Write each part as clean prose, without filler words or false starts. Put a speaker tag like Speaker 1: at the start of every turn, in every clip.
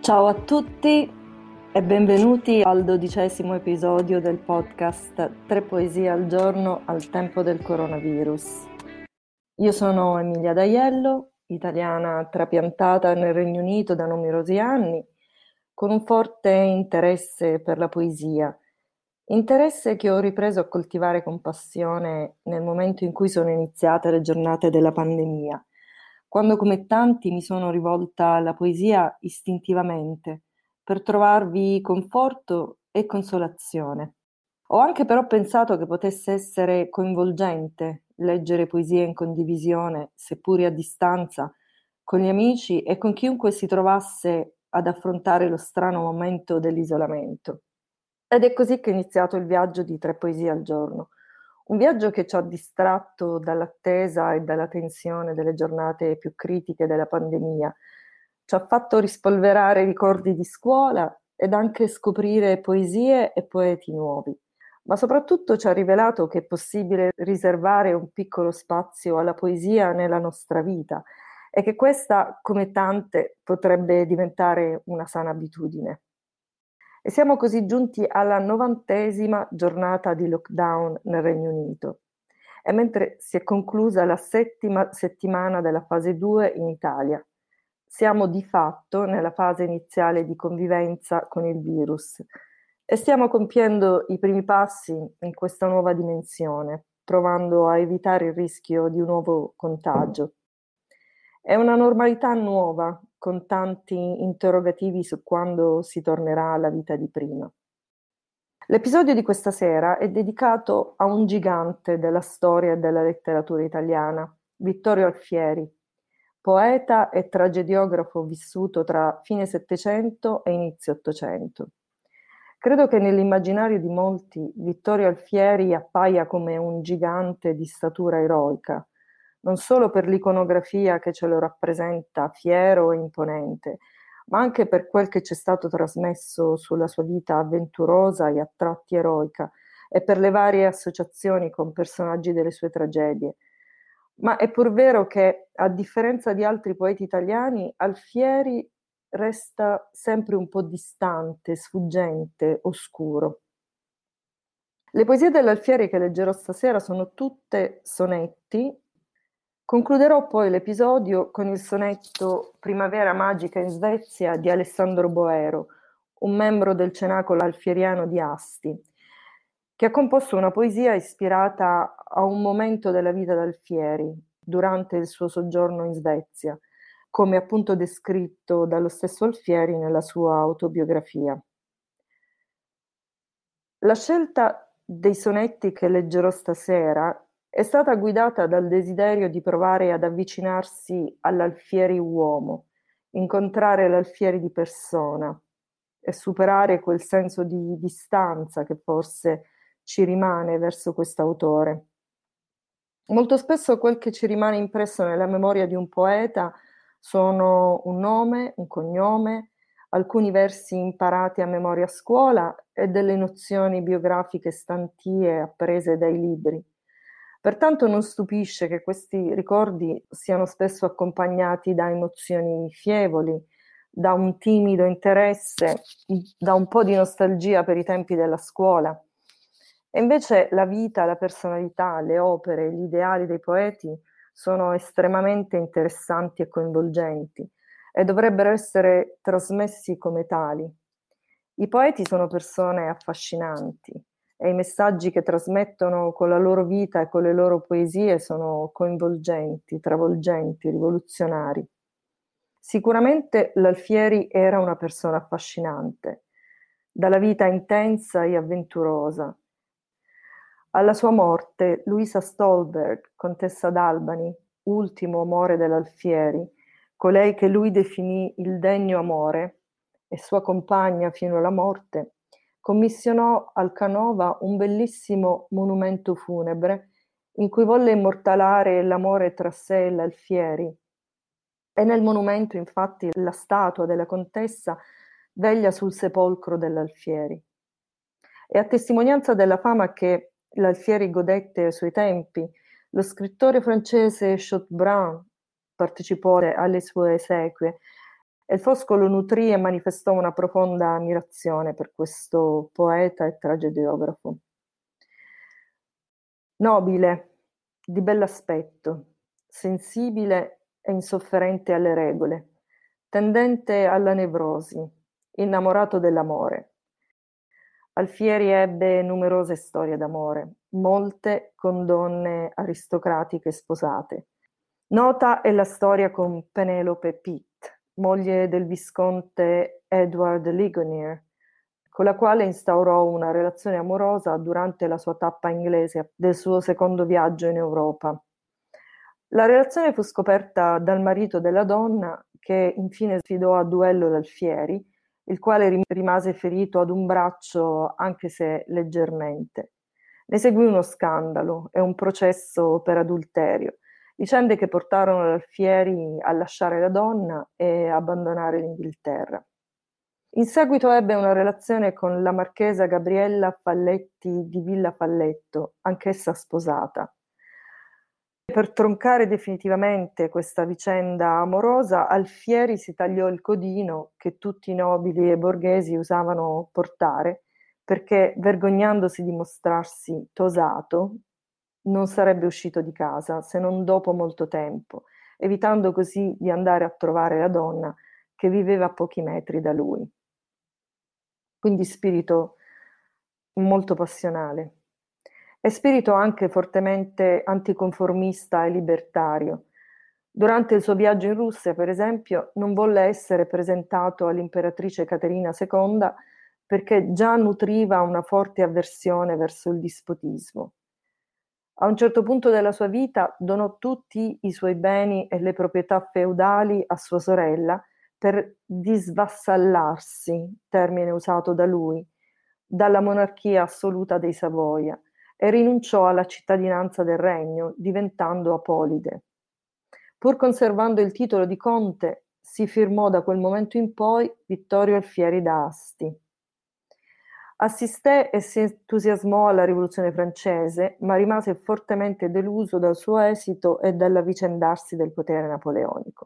Speaker 1: Ciao a tutti e benvenuti al 12° episodio del podcast 3 poesie al giorno al tempo del coronavirus. Io sono Emilia D'Aiello, italiana trapiantata nel Regno Unito da numerosi anni, con un forte interesse per la poesia, interesse che ho ripreso a coltivare con passione nel momento in cui sono iniziate le giornate della pandemia, quando come tanti mi sono rivolta alla poesia istintivamente, per trovarvi conforto e consolazione. Ho anche però pensato che potesse essere coinvolgente leggere poesie in condivisione, seppur a distanza, con gli amici e con chiunque si trovasse ad affrontare lo strano momento dell'isolamento. Ed è così che è iniziato il viaggio di 3 poesie al giorno. Un viaggio che ci ha distratto dall'attesa e dalla tensione delle giornate più critiche della pandemia. Ci ha fatto rispolverare ricordi di scuola ed anche scoprire poesie e poeti nuovi. Ma soprattutto ci ha rivelato che è possibile riservare un piccolo spazio alla poesia nella nostra vita e che questa, come tante, potrebbe diventare una sana abitudine. E siamo così giunti alla 90ª giornata di lockdown nel Regno Unito. E mentre si è conclusa la 7ª settimana della fase 2 in Italia, siamo di fatto nella fase iniziale di convivenza con il virus e stiamo compiendo i primi passi in questa nuova dimensione, provando a evitare il rischio di un nuovo contagio. È una normalità nuova, con tanti interrogativi su quando si tornerà alla vita di prima. L'episodio di questa sera è dedicato a un gigante della storia e della letteratura italiana, Vittorio Alfieri, poeta e tragediografo vissuto tra fine Settecento e inizio Ottocento. Credo che nell'immaginario di molti Vittorio Alfieri appaia come un gigante di statura eroica, non solo per l'iconografia che ce lo rappresenta fiero e imponente, ma anche per quel che ci è stato trasmesso sulla sua vita avventurosa e a tratti eroica e per le varie associazioni con personaggi delle sue tragedie. Ma è pur vero che, a differenza di altri poeti italiani, Alfieri resta sempre un po' distante, sfuggente, oscuro. Le poesie dell'Alfieri che leggerò stasera sono tutte sonetti. Concluderò poi l'episodio con il sonetto Primavera magica in Svezia di Alessandro Boero, un membro del cenacolo alfieriano di Asti, che ha composto una poesia ispirata a un momento della vita d'Alfieri durante il suo soggiorno in Svezia, come appunto descritto dallo stesso Alfieri nella sua autobiografia. La scelta dei sonetti che leggerò stasera è stata guidata dal desiderio di provare ad avvicinarsi all'Alfieri uomo, incontrare l'Alfieri di persona e superare quel senso di distanza che forse ci rimane verso quest'autore. Molto spesso quel che ci rimane impresso nella memoria di un poeta sono un nome, un cognome, alcuni versi imparati a memoria a scuola e delle nozioni biografiche stantie apprese dai libri. Pertanto non stupisce che questi ricordi siano spesso accompagnati da emozioni fievoli, da un timido interesse, da un po' di nostalgia per i tempi della scuola. E invece la vita, la personalità, le opere, gli ideali dei poeti sono estremamente interessanti e coinvolgenti e dovrebbero essere trasmessi come tali. I poeti sono persone affascinanti e i messaggi che trasmettono con la loro vita e con le loro poesie sono coinvolgenti, travolgenti, rivoluzionari. Sicuramente l'Alfieri era una persona affascinante, dalla vita intensa e avventurosa. Alla sua morte, Luisa Stolberg, contessa d'Albany, ultimo amore dell'Alfieri, colei che lui definì il degno amore e sua compagna fino alla morte, commissionò al Canova un bellissimo monumento funebre in cui volle immortalare l'amore tra sé e l'Alfieri. E nel monumento, infatti, la statua della contessa veglia sul sepolcro dell'Alfieri. E a testimonianza della fama che l'Alfieri godette ai suoi tempi, lo scrittore francese Chateaubriand partecipò alle sue esequie e il Fosco lo nutrì e manifestò una profonda ammirazione per questo poeta e tragediografo. Nobile, di bell'aspetto, sensibile e insofferente alle regole, tendente alla nevrosi, innamorato dell'amore. Alfieri ebbe numerose storie d'amore, molte con donne aristocratiche sposate. Nota è la storia con Penelope Pitt, moglie del visconte Edward Ligonier, con la quale instaurò una relazione amorosa durante la sua tappa inglese del suo secondo viaggio in Europa. La relazione fu scoperta dal marito della donna, che infine sfidò a duello l'Alfieri, il quale rimase ferito ad un braccio, anche se leggermente. Ne seguì uno scandalo e un processo per adulterio, vicende che portarono l'Alfieri a lasciare la donna e abbandonare l'Inghilterra. In seguito ebbe una relazione con la marchesa Gabriella Falletti di Villa Falletto, anch'essa sposata. Per troncare definitivamente questa vicenda amorosa, Alfieri si tagliò il codino che tutti i nobili e borghesi usavano portare, perché vergognandosi di mostrarsi tosato, non sarebbe uscito di casa se non dopo molto tempo, evitando così di andare a trovare la donna che viveva a pochi metri da lui. Quindi spirito molto passionale. E spirito anche fortemente anticonformista e libertario. Durante il suo viaggio in Russia, per esempio, non volle essere presentato all'imperatrice Caterina II perché già nutriva una forte avversione verso il dispotismo. A un certo punto della sua vita donò tutti i suoi beni e le proprietà feudali a sua sorella per disvassallarsi, termine usato da lui, dalla monarchia assoluta dei Savoia e rinunciò alla cittadinanza del regno, diventando apolide. Pur conservando il titolo di conte, si firmò da quel momento in poi Vittorio Alfieri d'Asti. Assisté e si entusiasmò alla Rivoluzione francese, ma rimase fortemente deluso dal suo esito e dall'avvicendarsi del potere napoleonico.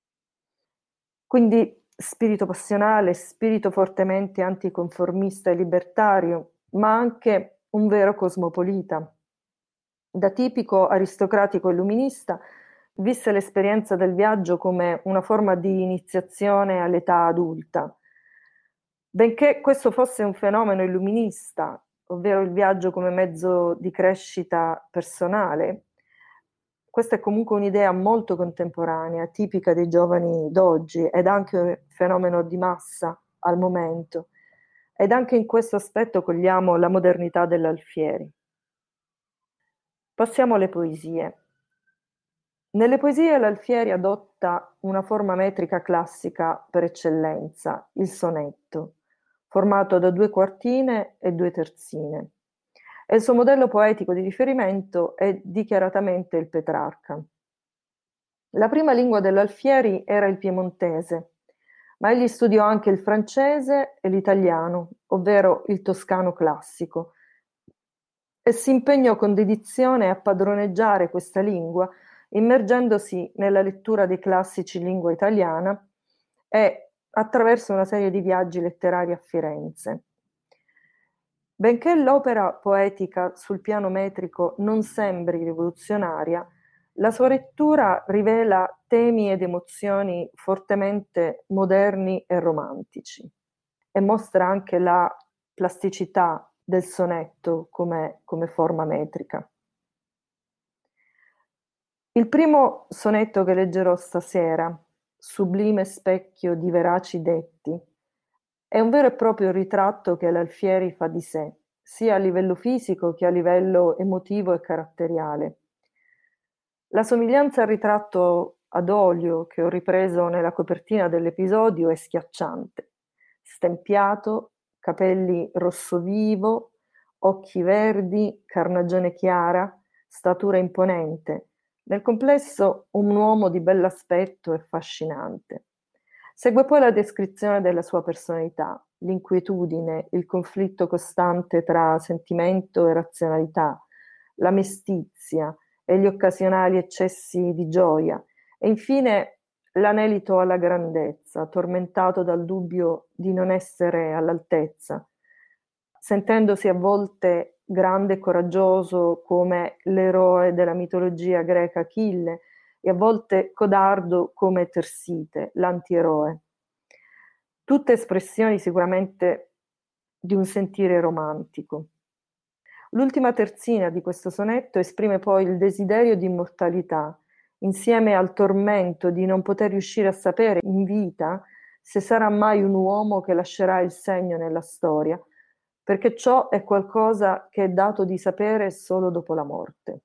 Speaker 1: Quindi spirito passionale, spirito fortemente anticonformista e libertario, ma anche un vero cosmopolita. Da tipico aristocratico illuminista, visse l'esperienza del viaggio come una forma di iniziazione all'età adulta. Benché questo fosse un fenomeno illuminista, ovvero il viaggio come mezzo di crescita personale, questa è comunque un'idea molto contemporanea, tipica dei giovani d'oggi ed anche un fenomeno di massa al momento. Ed anche in questo aspetto cogliamo la modernità dell'Alfieri. Passiamo alle poesie. Nelle poesie l'Alfieri adotta una forma metrica classica per eccellenza, il sonetto, formato da 2 quartine e 2 terzine. E il suo modello poetico di riferimento è dichiaratamente il Petrarca. La prima lingua dell'Alfieri era il piemontese, ma egli studiò anche il francese e l'italiano, ovvero il toscano classico, e si impegnò con dedizione a padroneggiare questa lingua, immergendosi nella lettura dei classici in lingua italiana e attraverso una serie di viaggi letterari a Firenze. Benché l'opera poetica sul piano metrico non sembri rivoluzionaria, la sua lettura rivela temi ed emozioni fortemente moderni e romantici e mostra anche la plasticità del sonetto come forma metrica. Il primo sonetto che leggerò stasera, Sublime specchio di veraci detti, è un vero e proprio ritratto che l'Alfieri fa di sé, sia a livello fisico che a livello emotivo e caratteriale. La somiglianza al ritratto ad olio che ho ripreso nella copertina dell'episodio è schiacciante. Stempiato, capelli rosso vivo, occhi verdi, carnagione chiara, statura imponente. Nel complesso un uomo di bell'aspetto e affascinante. Segue poi la descrizione della sua personalità, l'inquietudine, il conflitto costante tra sentimento e razionalità, la mestizia e gli occasionali eccessi di gioia, e infine l'anelito alla grandezza, tormentato dal dubbio di non essere all'altezza, sentendosi a volte grande e coraggioso come l'eroe della mitologia greca Achille e a volte codardo come Tersite, l'antieroe. Tutte espressioni sicuramente di un sentire romantico. L'ultima terzina di questo sonetto esprime poi il desiderio di immortalità, insieme al tormento di non poter riuscire a sapere in vita se sarà mai un uomo che lascerà il segno nella storia, perché ciò è qualcosa che è dato di sapere solo dopo la morte.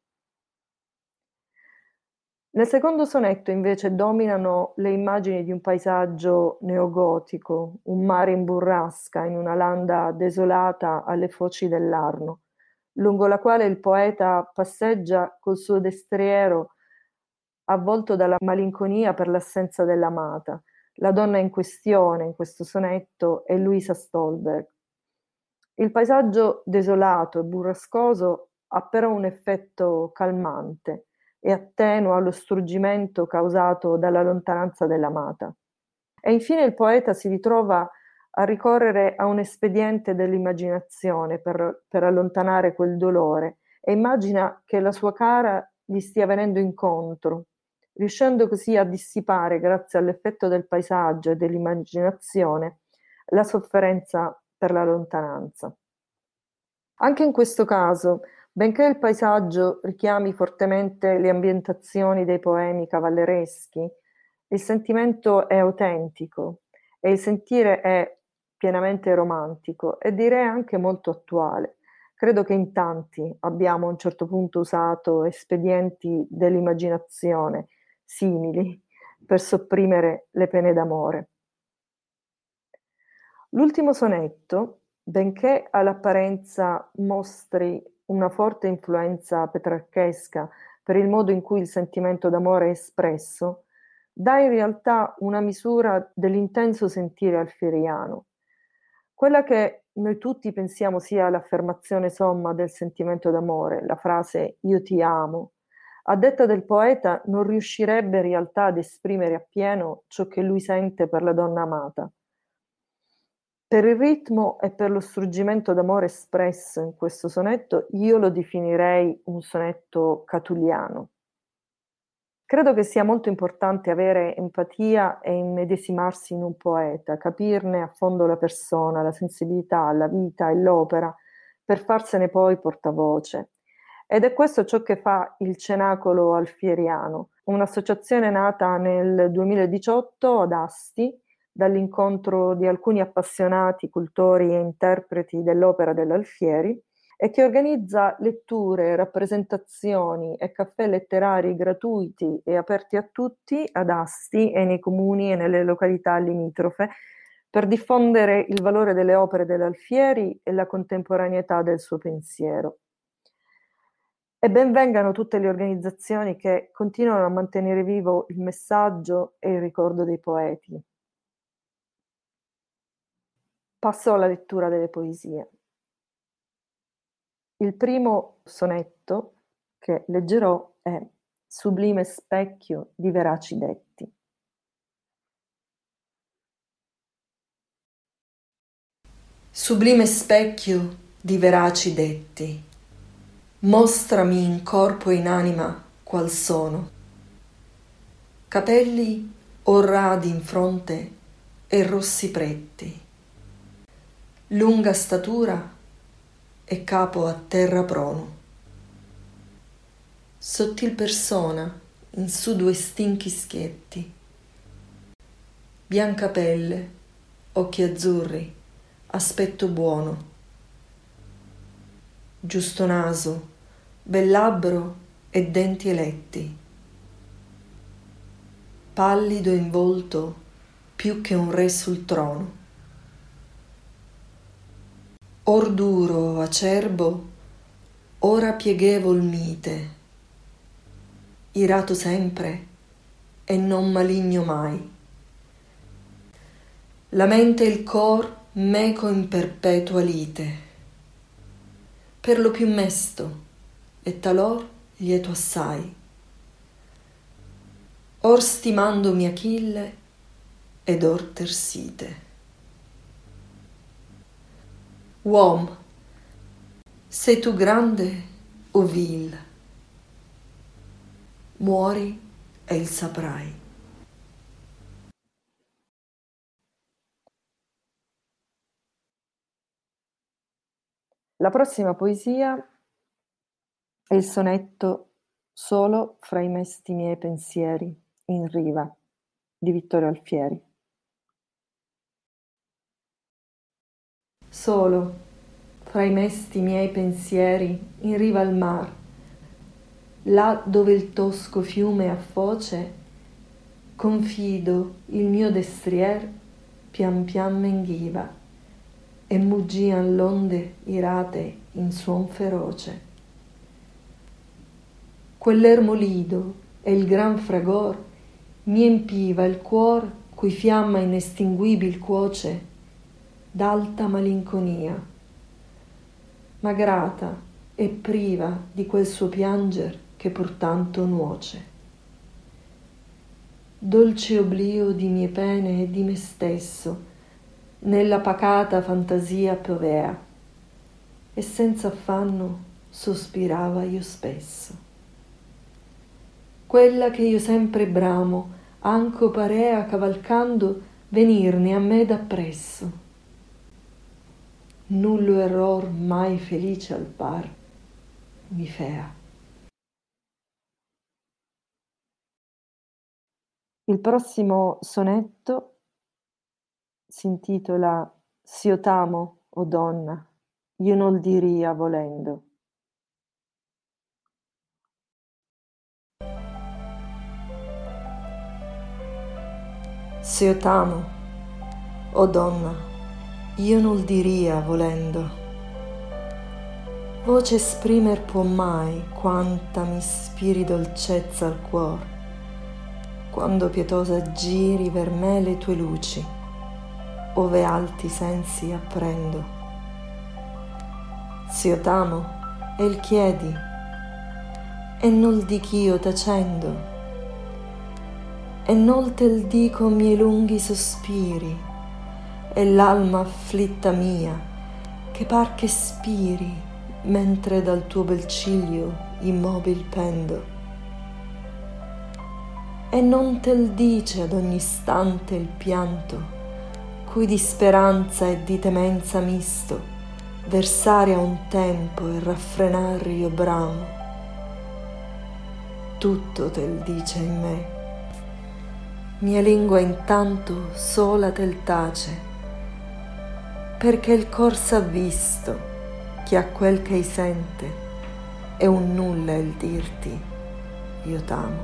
Speaker 1: Nel secondo sonetto invece dominano le immagini di un paesaggio neogotico, un mare in burrasca in una landa desolata alle foci dell'Arno, lungo la quale il poeta passeggia col suo destriero avvolto dalla malinconia per l'assenza dell'amata. La donna in questione in questo sonetto è Luisa Stolberg. Il paesaggio desolato e burrascoso ha però un effetto calmante e attenua lo struggimento causato dalla lontananza dell'amata. E infine il poeta si ritrova a ricorrere a un espediente dell'immaginazione per allontanare quel dolore e immagina che la sua cara gli stia venendo incontro, riuscendo così a dissipare, grazie all'effetto del paesaggio e dell'immaginazione, la sofferenza per la lontananza. Anche in questo caso, benché il paesaggio richiami fortemente le ambientazioni dei poemi cavallereschi, il sentimento è autentico e il sentire è pienamente romantico e direi anche molto attuale. Credo che in tanti abbiamo a un certo punto usato espedienti dell'immaginazione simili per sopprimere le pene d'amore. L'ultimo sonetto, benché all'apparenza mostri una forte influenza petrarchesca per il modo in cui il sentimento d'amore è espresso, dà in realtà una misura dell'intenso sentire alfieriano. Quella che noi tutti pensiamo sia l'affermazione somma del sentimento d'amore, la frase io ti amo, a detta del poeta non riuscirebbe in realtà ad esprimere appieno ciò che lui sente per la donna amata. Per il ritmo e per lo struggimento d'amore espresso in questo sonetto, io lo definirei un sonetto catuliano. Credo che sia molto importante avere empatia e immedesimarsi in un poeta, capirne a fondo la persona, la sensibilità, la vita e l'opera, per farsene poi portavoce. Ed è questo ciò che fa il Cenacolo Alfieriano, un'associazione nata nel 2018 ad Asti, dall'incontro di alcuni appassionati, cultori e interpreti dell'opera dell'Alfieri, e che organizza letture, rappresentazioni e caffè letterari gratuiti e aperti a tutti ad Asti e nei comuni e nelle località limitrofe per diffondere il valore delle opere dell'Alfieri e la contemporaneità del suo pensiero. E ben vengano tutte le organizzazioni che continuano a mantenere vivo il messaggio e il ricordo dei poeti. Passo alla lettura delle poesie. Il primo sonetto che leggerò è Sublime specchio di veraci detti.
Speaker 2: Sublime specchio di veraci detti, mostrami in corpo e in anima qual sono. Capelli orradi in fronte e rossi pretti, lunga statura e capo a terra prono. Sottil persona in su due stinchi schietti, bianca pelle, occhi azzurri, aspetto buono, giusto naso, bel labbro e denti eletti, pallido in volto più che un re sul trono. Or duro, acerbo, ora pieghevol mite, irato sempre e non maligno mai. La mente e il cor meco in perpetua lite, per lo più mesto e talor lieto assai. or stimandomi Achille ed or Tersite. Uom, sei tu grande o vil? Muori e il saprai.
Speaker 1: La prossima poesia è il sonetto Solo fra i mesti miei pensieri, in riva, di Vittorio Alfieri. Solo fra i mesti miei pensieri, in riva al mar, là dove il tosco fiume affoce, confido il mio destrier pian pian menghiva e muggian l'onde irate in suon feroce. Quell'ermo lido e il gran fragor mi empiva il cuor cui fiamma inestinguibil cuoce d'alta malinconia, ma grata e priva di quel suo pianger che pur tanto nuoce. Dolce oblio di mie pene e di me stesso nella pacata fantasia piovea e senza affanno sospirava io spesso. Quella che io sempre bramo, anco parea cavalcando venirne a me dappresso. Nullo error mai felice al par mi fea. Il prossimo sonetto si intitola S'io t'amo, o donna, io non diria volendo.
Speaker 2: S'io t'amo, o donna, io non diria volendo. Voce esprimer può mai quanta mi ispiri dolcezza al cuor, quando pietosa giri ver me le tue luci, ove alti sensi apprendo. S'io t'amo, el chiedi, e nol dich'io tacendo, e nol tel dico miei lunghi sospiri, e l'alma afflitta mia, che par che spiri, mentre dal tuo bel ciglio immobil pendo. E non tel dice ad ogni istante il pianto, cui di speranza e di temenza misto, versare a un tempo e raffrenar io bramo. Tutto tel dice in me, mia lingua intanto sola tel tace, perché il cor s'ha visto che a quel che sente è un nulla il dirti io t'amo.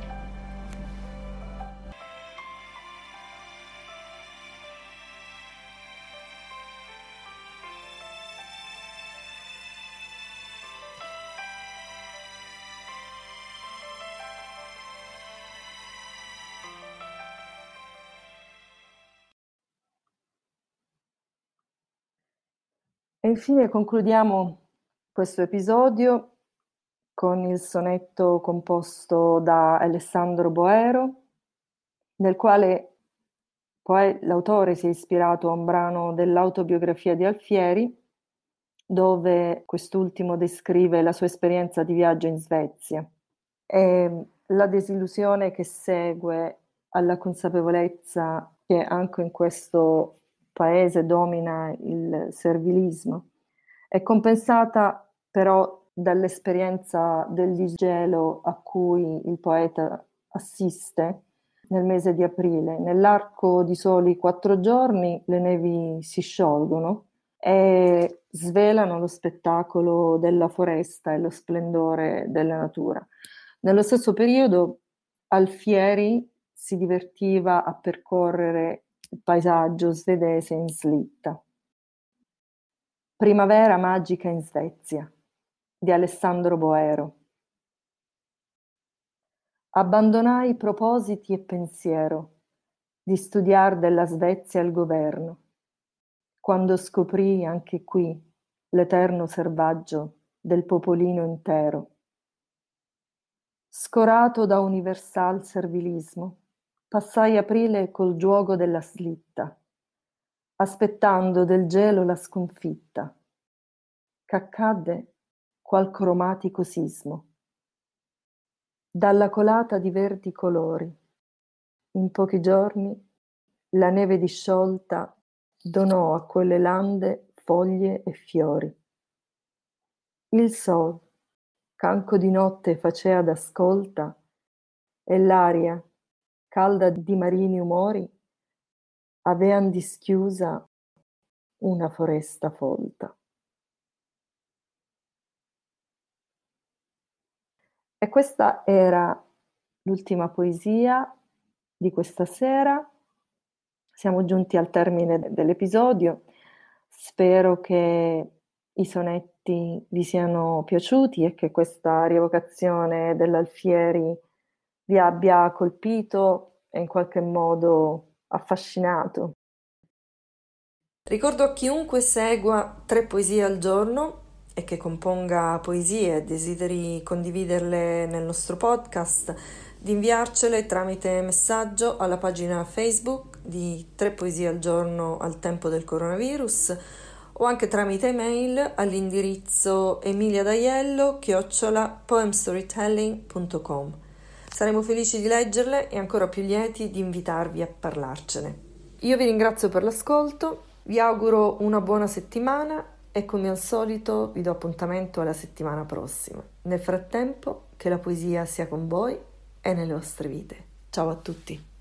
Speaker 1: E infine concludiamo questo episodio con il sonetto composto da Alessandro Boero, nel quale poi l'autore si è ispirato a un brano dell'autobiografia di Alfieri, dove quest'ultimo descrive la sua esperienza di viaggio in Svezia e la disillusione che segue alla consapevolezza che anche in questo paese domina il servilismo è compensata però dall'esperienza del disgelo a cui il poeta assiste nel mese di aprile. Nell'arco di soli 4 giorni le nevi si sciolgono e svelano lo spettacolo della foresta e lo splendore della natura. Nello stesso periodo Alfieri si divertiva a percorrere il paesaggio svedese in slitta. Primavera magica in Svezia di Alessandro Boero. Abbandonai propositi e pensiero di studiar della Svezia il governo, quando scoprì anche qui l'eterno servaggio del popolino intero. Scorato da universal servilismo, passai aprile col giuogo della slitta, aspettando del gelo la sconfitta, ch'accadde qual cromatico sismo. Dalla colata di verdi colori, in pochi giorni, la neve disciolta donò a quelle lande foglie e fiori. Il sol, ch'anco di notte facea d'ascolta, e l'aria, calda di marini umori, avean dischiusa una foresta folta. E questa era l'ultima poesia di questa sera. Siamo giunti al termine dell'episodio. Spero che i sonetti vi siano piaciuti e che questa rievocazione dell'Alfieri vi abbia colpito e in qualche modo affascinato. Ricordo a chiunque segua 3 poesie al giorno e che componga poesie e desideri condividerle nel nostro podcast, di inviarcele tramite messaggio alla pagina Facebook di 3 poesie al giorno al tempo del coronavirus o anche tramite email all'indirizzo emiliadaiello@poemstorytelling.com. Saremo felici di leggerle e ancora più lieti di invitarvi a parlarcene. Io vi ringrazio per l'ascolto, vi auguro una buona settimana e come al solito vi do appuntamento alla settimana prossima. Nel frattempo, che la poesia sia con voi e nelle vostre vite. Ciao a tutti!